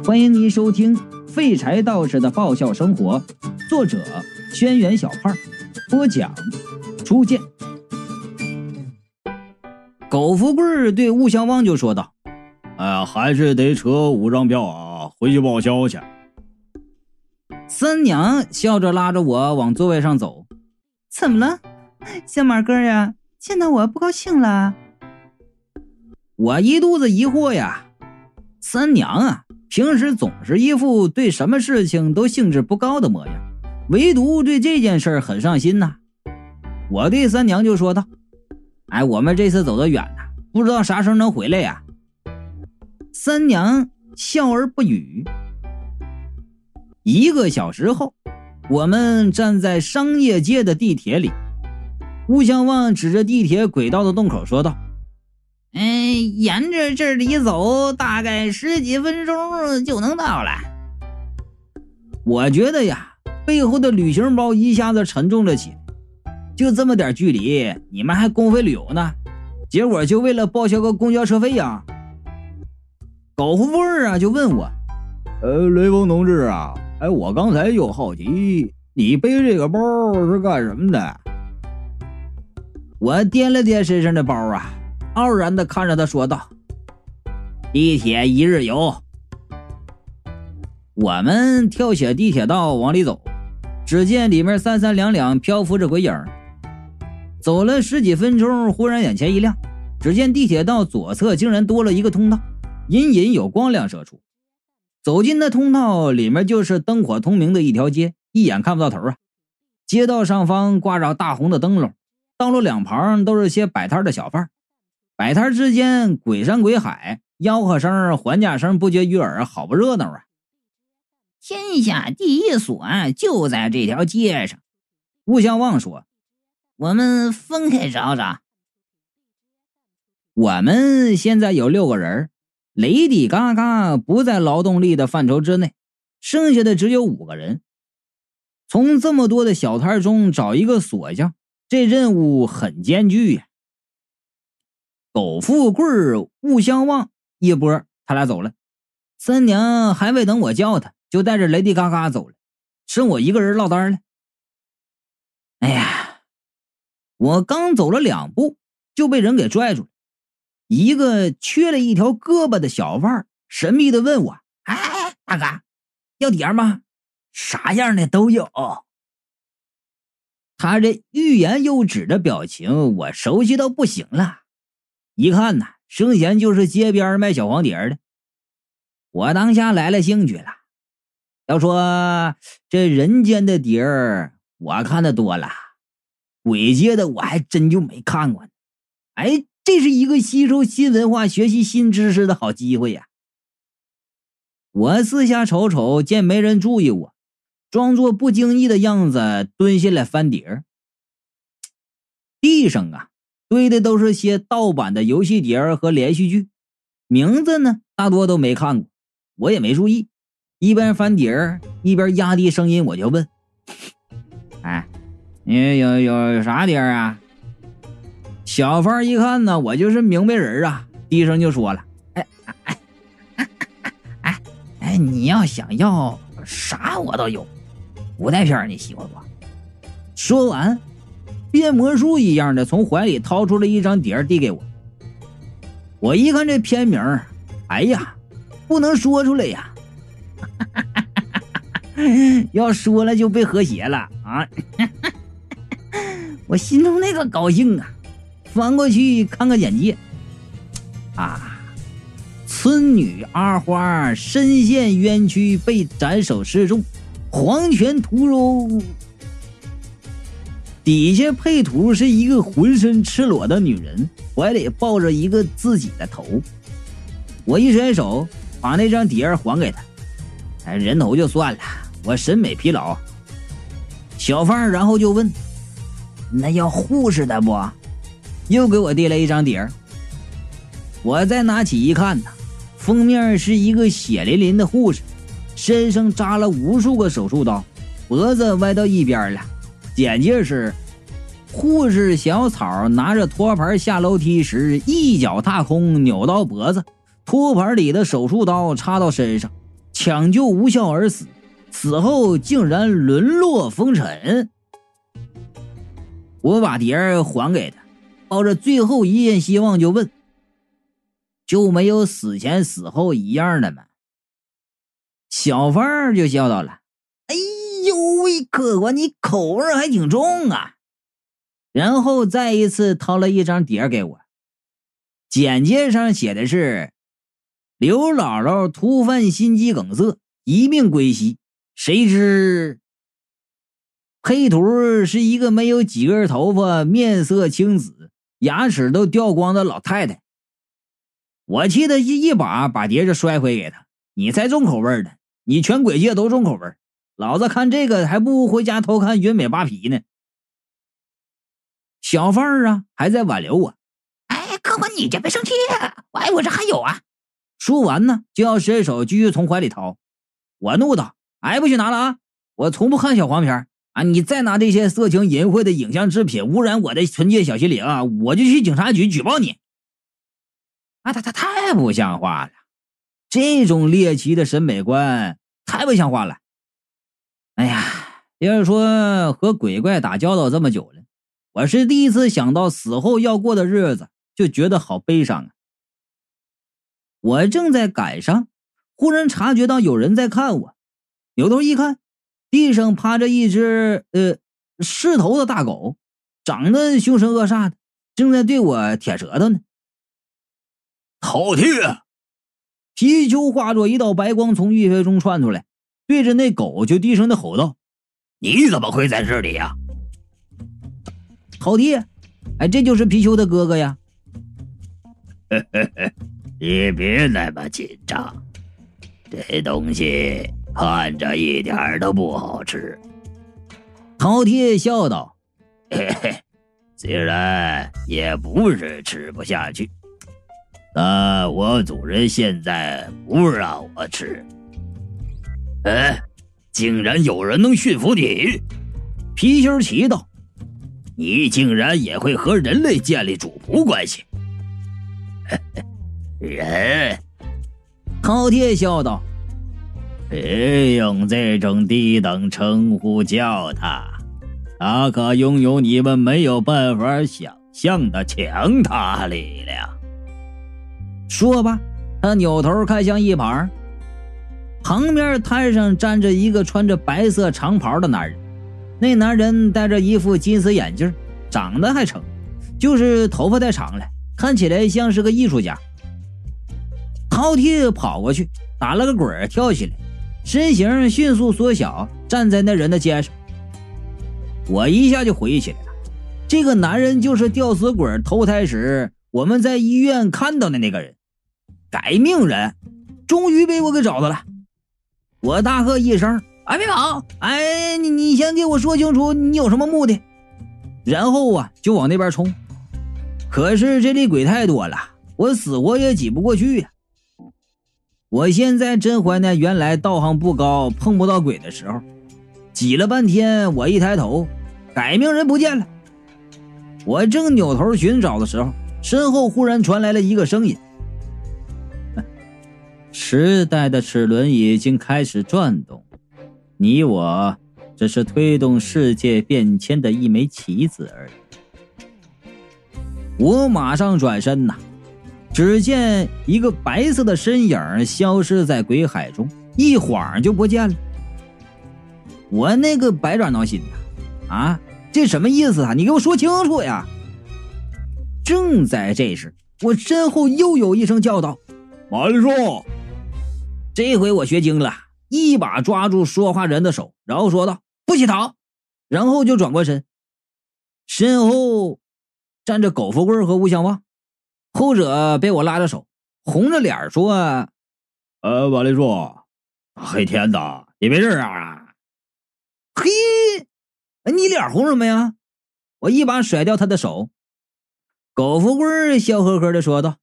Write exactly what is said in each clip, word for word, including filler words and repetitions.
欢迎您收听《废柴道士的爆笑生活》，作者轩辕小胖，播讲初见。苟富贵对吴相望就说道： 哎呀，还是得扯五张票啊，回去报销去。 三娘笑着拉着我往座位上走。 怎么了，小马哥呀？见到我不高兴了？ 我一肚子疑惑呀。三娘啊，平时总是一副对什么事情都兴致不高的模样，唯独对这件事很上心呐、啊。我对三娘就说道：哎，我们这次走得远呢，不知道啥时候能回来呀。三娘笑而不语。一个小时后，我们站在商业街的地铁里，吴相望指着地铁轨道的洞口说道：嗯，沿着这里走大概十几分钟就能到了。我觉得呀，背后的旅行包一下子沉重了起来。就这么点距离，你们还公费旅游呢？结果就为了报销个公交车费呀？苟富贵啊就问我： 呃，雷锋同志啊，哎，我刚才就好奇，你背这个包是干什么的？ 我掂了掂身上的包啊，傲然地看着他说道：地铁一日游。我们跳下地铁道往里走，只见里面三三两两漂浮着鬼影。走了十几分钟，忽然眼前一亮，只见地铁道左侧竟然多了一个通道，隐隐有光亮射出。走进那通道，里面就是灯火通明的一条街，一眼看不到头啊。街道上方挂着大红的灯笼，道路两旁都是些摆摊的小贩，摆摊之间鬼山鬼海，吆喝声还价声不绝于耳，好不热闹啊。天下第一所就在这条街上。吴相望说：我们分开找找。我们现在有六个人，雷迪嘎嘎不在劳动力的范畴之内，剩下的只有五个人。从这么多的小摊中找一个锁匠，这任务很艰巨呀。苟富贵、吴相望一波，他俩走了。三娘还未等我叫他，就带着雷迪嘎嘎走了，剩我一个人落单了。哎呀，我刚走了两步，就被人给拽住了。一个缺了一条胳膊的小贩神秘地问我：哎，大哥，要碟吗？啥样的都有。他这欲言又止的表情我熟悉到不行了，一看呐，生前就是街边卖小黄碟的。我当下来了兴趣了，要说这人间的碟儿我看的多了，鬼街的我还真就没看过呢。哎，这是一个吸收新文化、学习新知识的好机会呀。我四下瞅瞅，见没人注意我，装作不经意的样子蹲下来翻碟。地上啊堆的都是些盗版的游戏碟和连续剧，名字呢大多都没看过，我也没注意。一边翻碟一边压低声音我就问：哎，你有有有啥碟啊？小贩一看呢，我就是明白人啊，低声就说了：哎哎哎哎哎哎，你要想要啥我都有，古代片你喜欢不？说完，变魔术一样的从怀里掏出了一张碟递给我。我一看这片名，哎呀，不能说出来呀，要说了就被和谐了啊！我心中那个高兴啊，翻过去看看简介啊，村女阿花深陷冤屈被斩首示众，黄泉屠肉。底下配图是一个浑身赤裸的女人，怀里抱着一个自己的头。我一甩手把那张碟还给他，哎，人头就算了，我审美疲劳。小贩然后就问：那要护士的不？又给我递来一张碟。我再拿起一看呢，封面是一个血淋淋的护士，身上扎了无数个手术刀，脖子歪到一边了。简介是：护士小草拿着托盘下楼梯时一脚踏空，扭到脖子，托盘里的手术刀插到身上， 抢救无效而死，死后竟然沦落风尘。我把碟儿还给他，抱着最后一线希望就问：就没有死前死后一样的吗？小芳儿就笑道了：哎呦喂，客官你口味还挺重啊。然后再一次掏了一张碟给我，简介上写的是刘姥姥突犯心肌梗塞，一命归西。谁知配图是一个没有几根头发，面色青紫，牙齿都掉光的老太太。我气得一把把碟子摔回给他：你才重口味呢，你全鬼界都重口味，老子看这个还不如回家偷看云美扒皮呢。小凤儿啊还在挽留我：哎，客官你这别生气，我哎我这还有啊。说完呢就要伸手继续从怀里掏。我怒道：哎，不许拿了啊，我从不看小黄片啊，你再拿这些色情淫秽的影像制品污染我的纯洁小心灵啊，我就去警察局举报你。啊，他他太不像话了，这种猎奇的审美观太不像话了。哎呀，要是说和鬼怪打交道这么久了，我是第一次想到死后要过的日子，就觉得好悲伤啊。我正在赶上，忽然察觉到有人在看我，扭头一看，地上趴着一只呃狮头的大狗，长得凶神恶煞的，正在对我舔舌头呢。 饕餮！ 皮丘化作一道白光从玉飞中窜出来，对着那狗就低声的吼道： 你怎么会在这里呀？ 饕餮，哎，这就是皮丘的哥哥呀。 嘿嘿嘿，你别那么紧张，这东西看着一点都不好吃。 饕餮笑道： 嘿嘿，虽然也不是吃不下去，但我主人现在不让我吃。哎，竟然有人能驯服你！ 皮丘奇道： 你竟然也会和人类建立主仆关系？人？ 饕餮笑道： 别用这种低等称呼叫他，他可拥有你们没有办法想象的强大力量。 说吧，他扭头看向一旁，旁边摊上站着一个穿着白色长袍的男人。那男人戴着一副金丝眼镜，长得还成，就是头发太长了，看起来像是个艺术家。饕餮跑过去，打了个滚跳起来，身形迅速缩小，站在那人的肩上。我一下就回忆起来了，这个男人就是吊死鬼投胎时我们在医院看到的那个人，改命人，终于被我给找到了。我大喝一声：哎，别跑！哎，你你先给我说清楚你有什么目的。然后啊就往那边冲。可是这里鬼太多了，我死活也挤不过去呀、啊。我现在真怀念原来道行不高碰不到鬼的时候，挤了半天，我一抬头，改命人不见了。我正扭头寻找的时候，身后忽然传来了一个声音：时代的齿轮已经开始转动，你我只是推动世界变迁的一枚棋子而已。我马上转身呐，只见一个白色的身影消失在鬼海中，一晃就不见了。我那个百爪挠心的啊，这什么意思啊？你给我说清楚呀！正在这时，我身后又有一声叫道： 马丽说！ 这回我学精了，一把抓住说话人的手，然后说道：不许逃！然后就转过身，身后站着苟富贵和吴相望，后者被我拉着手，红着脸说： 呃，马丽说，黑天的，你没事啊？ 嘿，你脸红什么呀？我一把甩掉他的手。苟富贵笑呵呵地说道：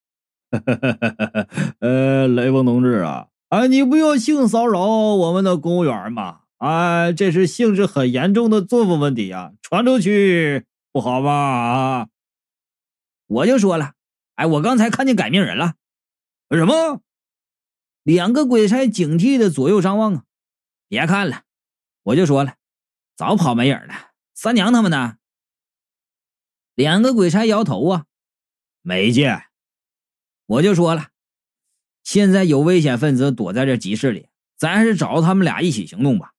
呃，雷锋同志啊，啊，你不要性骚扰我们的公务员嘛！啊，这是性质很严重的作风问题啊，传出去不好吧？啊， 我就说了，哎，我刚才看见改命人了。 什么？ 两个鬼差警惕的左右张望啊，别看了，我就说了，早跑没影了。三娘他们呢？两个鬼差摇头啊， 没见。 我就说了，现在有危险分子躲在这集市里，咱还是找他们俩一起行动吧。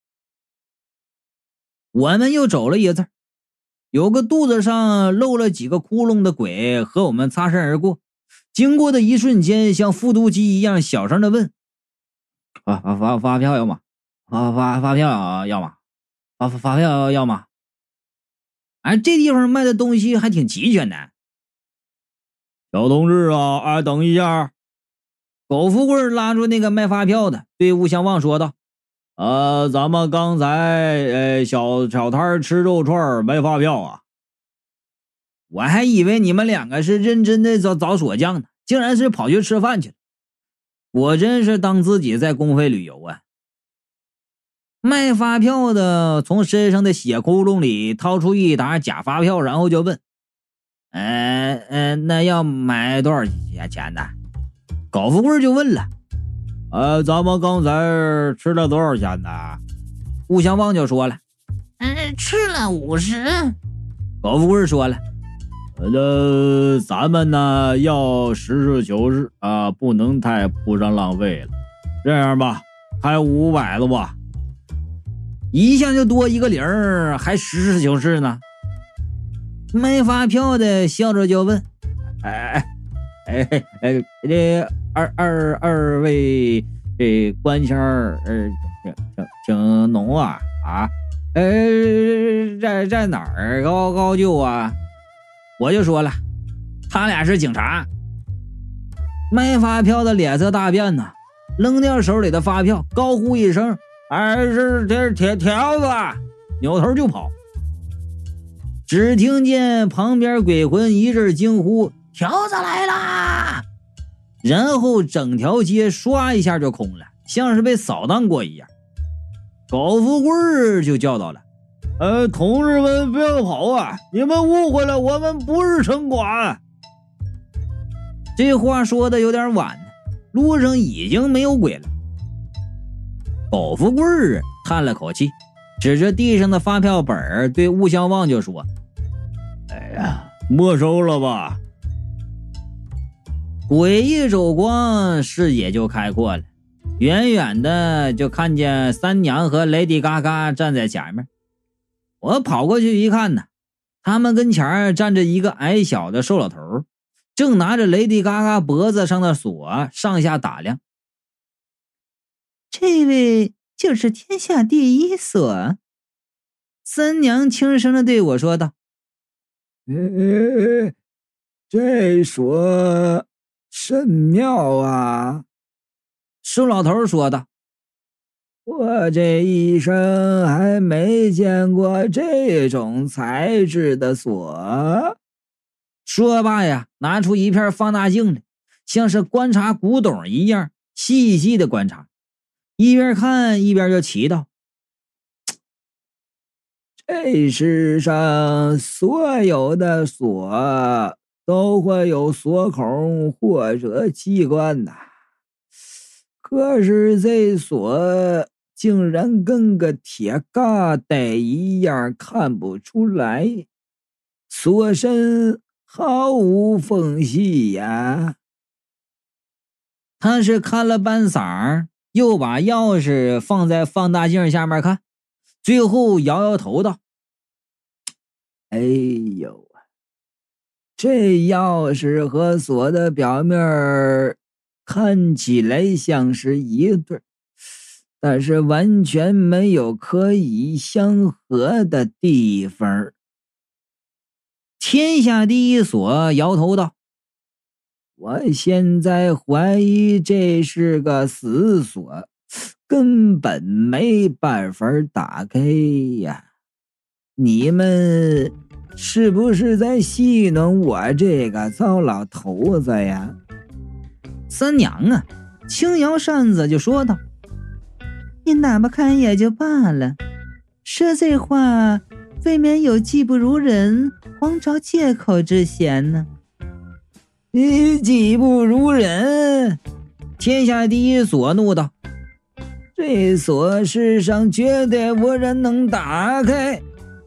我们又走了一阵，有个肚子上漏了几个窟窿的鬼和我们擦身而过，经过的一瞬间像复读机一样小声的问：发发发发票要吗？发发发票要吗？发发发票要吗？哎，这地方卖的东西还挺齐全的。 小同志啊，哎，等一下！ 狗富贵拉住那个卖发票的，对吴相望说道：“ 呃，咱们刚才呃小小摊吃肉串没发票啊。” 我还以为你们两个是认真的找找锁匠呢，竟然是跑去吃饭去了。我真是当自己在公费旅游啊！卖发票的从身上的血窟窿里掏出一沓假发票，然后就问：“呃呃，那要买多少钱呢？”高富贵就问了：“ 呃，咱们刚才吃了多少钱呢？” 吴相望就说了：“ 嗯，吃了五十。” 高富贵说了：“ 呃，咱们呢要实事求是啊，不能太铺张浪费了。这样吧，开五百了吧。” 一下就多一个零儿，还实事求是呢。卖发票的笑着就问：“哎哎哎哎，这二二二位这官腔儿，呃，挺挺挺浓啊啊！呃，在在哪儿高高就啊？”我就说了，他俩是警察。卖发票的脸色大变呐，扔掉手里的发票，高呼一声：“哎，是这铁条子！”扭头就跑。只听见旁边鬼魂一阵惊呼：“条子来啦！”然后整条街唰一下就空了，像是被扫荡过一样。高富贵就叫到了：“ 呃，同志们不要跑啊！你们误会了，我们不是城管。” 这话说的有点晚，路上已经没有鬼了。高富贵叹了口气，指着地上的发票本对吴相望就说：“ 哎呀，没收了吧。” 鬼一走光，视野就开阔了，远远的就看见三娘和雷迪嘎嘎站在前面。我跑过去一看呢，他们跟前站着一个矮小的瘦老头，正拿着雷迪嘎嘎脖子上的锁上下打量。 这位就是天下第一锁。 三娘轻声的对我说道：“ 呃，这锁甚妙啊。” 瘦老头说道：“ 我这一生还没见过这种材质的锁。” 说罢呀，拿出一片放大镜来，像是观察古董一样细细的观察，一边看一边就祈祷：“ 这世上所有的锁都会有锁孔或者机关呐，可是这锁竟然跟个铁疙瘩一样，看不出来，锁身毫无缝隙呀。” 他是看了半晌，又把钥匙放在放大镜下面看，最后摇摇头道：“ 哎呦，这钥匙和锁的表面看起来像是一对，但是完全没有可以相合的地方。” 天下第一锁摇头道：“ 我现在怀疑这是个死锁，根本没办法打开呀。你们是不是在戏弄我这个糟老头子呀？” 三娘啊，轻摇扇子就说道：“ 你打不开也就罢了，说这话未免有技不如人，光找借口之嫌呢。” 你技不如人？ 天下第一锁怒道： 这锁世上绝对无人能打开。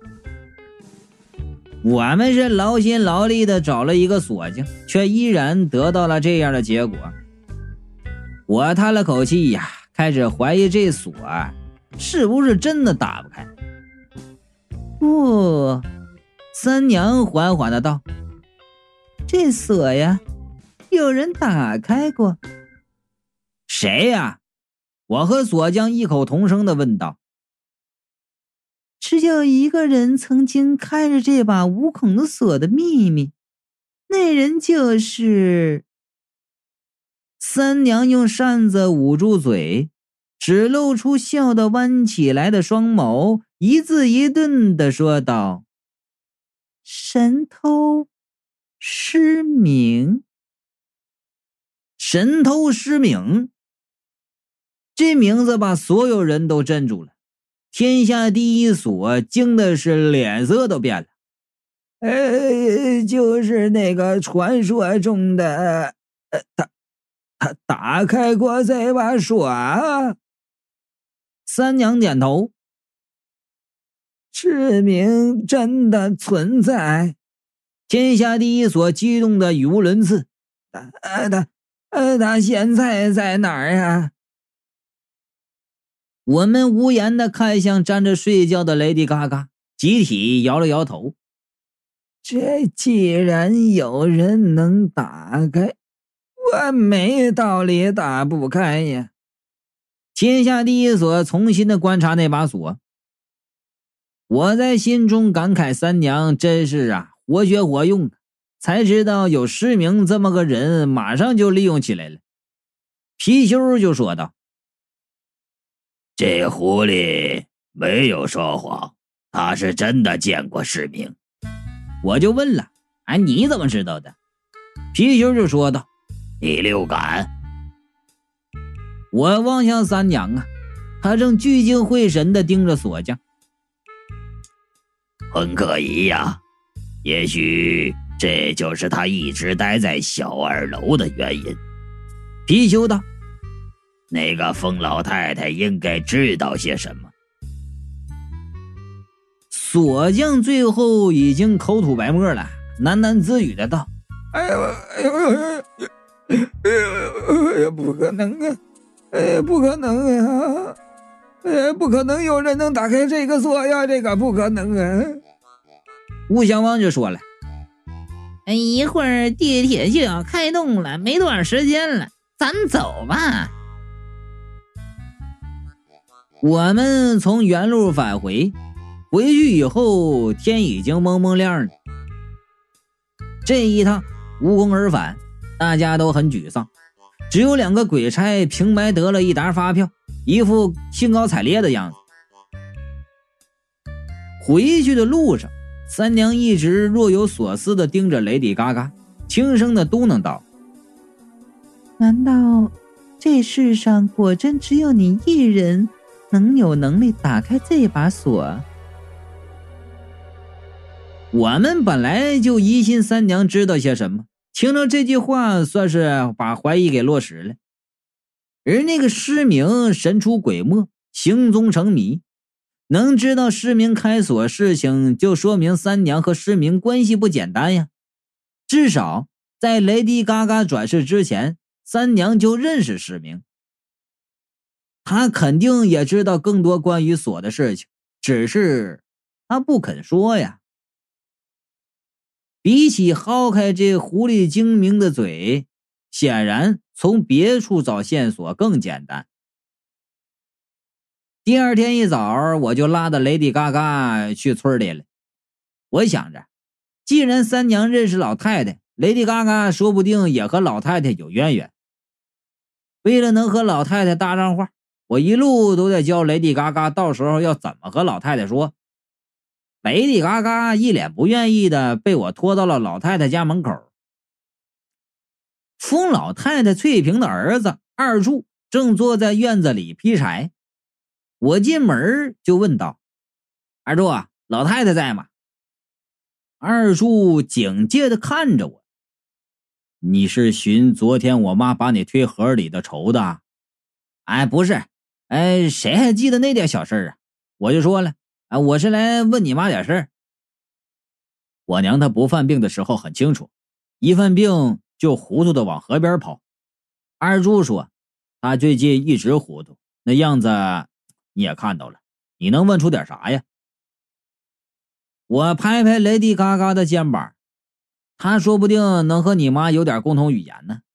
我们是劳心劳力的找了一个锁匠，却依然得到了这样的结果。我叹了口气呀，开始怀疑这锁是不是真的打不开。 不，三娘缓缓的道：这锁呀，有人打开过。 谁呀？我和锁匠异口同声的问道。 只有一个人曾经开着这把无孔的锁的秘密，那人就是…… 三娘用扇子捂住嘴，只露出笑得弯起来的双眸，一字一顿地说道： 神偷失明。 神偷失明，这名字把所有人都镇住了。天下第一锁惊的是脸色都变了。 呃，就是那个传说中的，呃，他他打开过这把锁啊。 三娘点头。 失明真的存在？ 天下第一锁激动的语无伦次。 他他呃他现在在哪儿啊？ 我们无言地看向站着睡觉的雷迪嘎嘎，集体摇了摇头。 这既然有人能打开，我没道理打不开呀。 天下第一锁重新的观察那把锁，我在心中感慨三娘真是啊，活学活用啊，才知道有失明这么个人，马上就利用起来了。貔貅就说道： 这狐狸没有说谎，他是真的见过失明。 我就问了：哎，你怎么知道的？貔貅就说道： 你六感。 我望向三娘啊，她正聚精会神地盯着锁匠。 很可疑呀，也许这就是他一直待在小二楼的原因。 貔貅道： 那个疯老太太应该知道些什么。 锁匠最后已经口吐白沫了，喃喃自语的道： 哎呦哎呦哎呦哎呦，不可能啊，哎，不可能啊，哎，不可能有人能打开这个锁呀，这个不可能啊。 吴襄王就说了： 哎，一会儿地铁就要开动了，没多少时间了，咱们走吧。 我们从原路返回，回去以后天已经蒙蒙亮了。这一趟无功而返，大家都很沮丧，只有两个鬼差平白得了一沓发票，一副兴高采烈的样子。回去的路上，三娘一直若有所思地盯着雷迪嘎嘎，轻声地嘟囔道： 难道这世上果真只有你一人能有能力打开这把锁？ 我们本来就疑心三娘知道些什么，听了这句话算是把怀疑给落实了。而那个失明神出鬼没，行踪成谜，能知道失明开锁事情，就说明三娘和失明关系不简单呀。至少在雷迪嘎嘎转世之前，三娘就认识失明，他肯定也知道更多关于锁的事情，只是他不肯说呀。比起薅开这狐狸精明的嘴，显然从别处找线索更简单。第二天一早，我就拉着雷迪嘎嘎去村里了。我想着，既然三娘认识老太太，雷迪嘎嘎说不定也和老太太有渊源。为了能和老太太搭上话，我一路都在教雷迪嘎嘎到时候要怎么和老太太说。雷迪嘎嘎一脸不愿意的被我拖到了老太太家门口。疯老太太翠萍的儿子二柱正坐在院子里劈柴。我进门就问道：二柱啊，老太太在吗？二柱警戒的看着我。 你是寻昨天我妈把你推河里的仇的？哎，不是，哎，谁还记得那点小事啊？我就说了，啊，我是来问你妈点事儿。我娘她不犯病的时候很清楚，一犯病就糊涂的往河边跑。二柱说，她最近一直糊涂，那样子你也看到了，你能问出点啥呀？我拍拍雷迪嘎嘎的肩膀，他说不定能和你妈有点共同语言呢。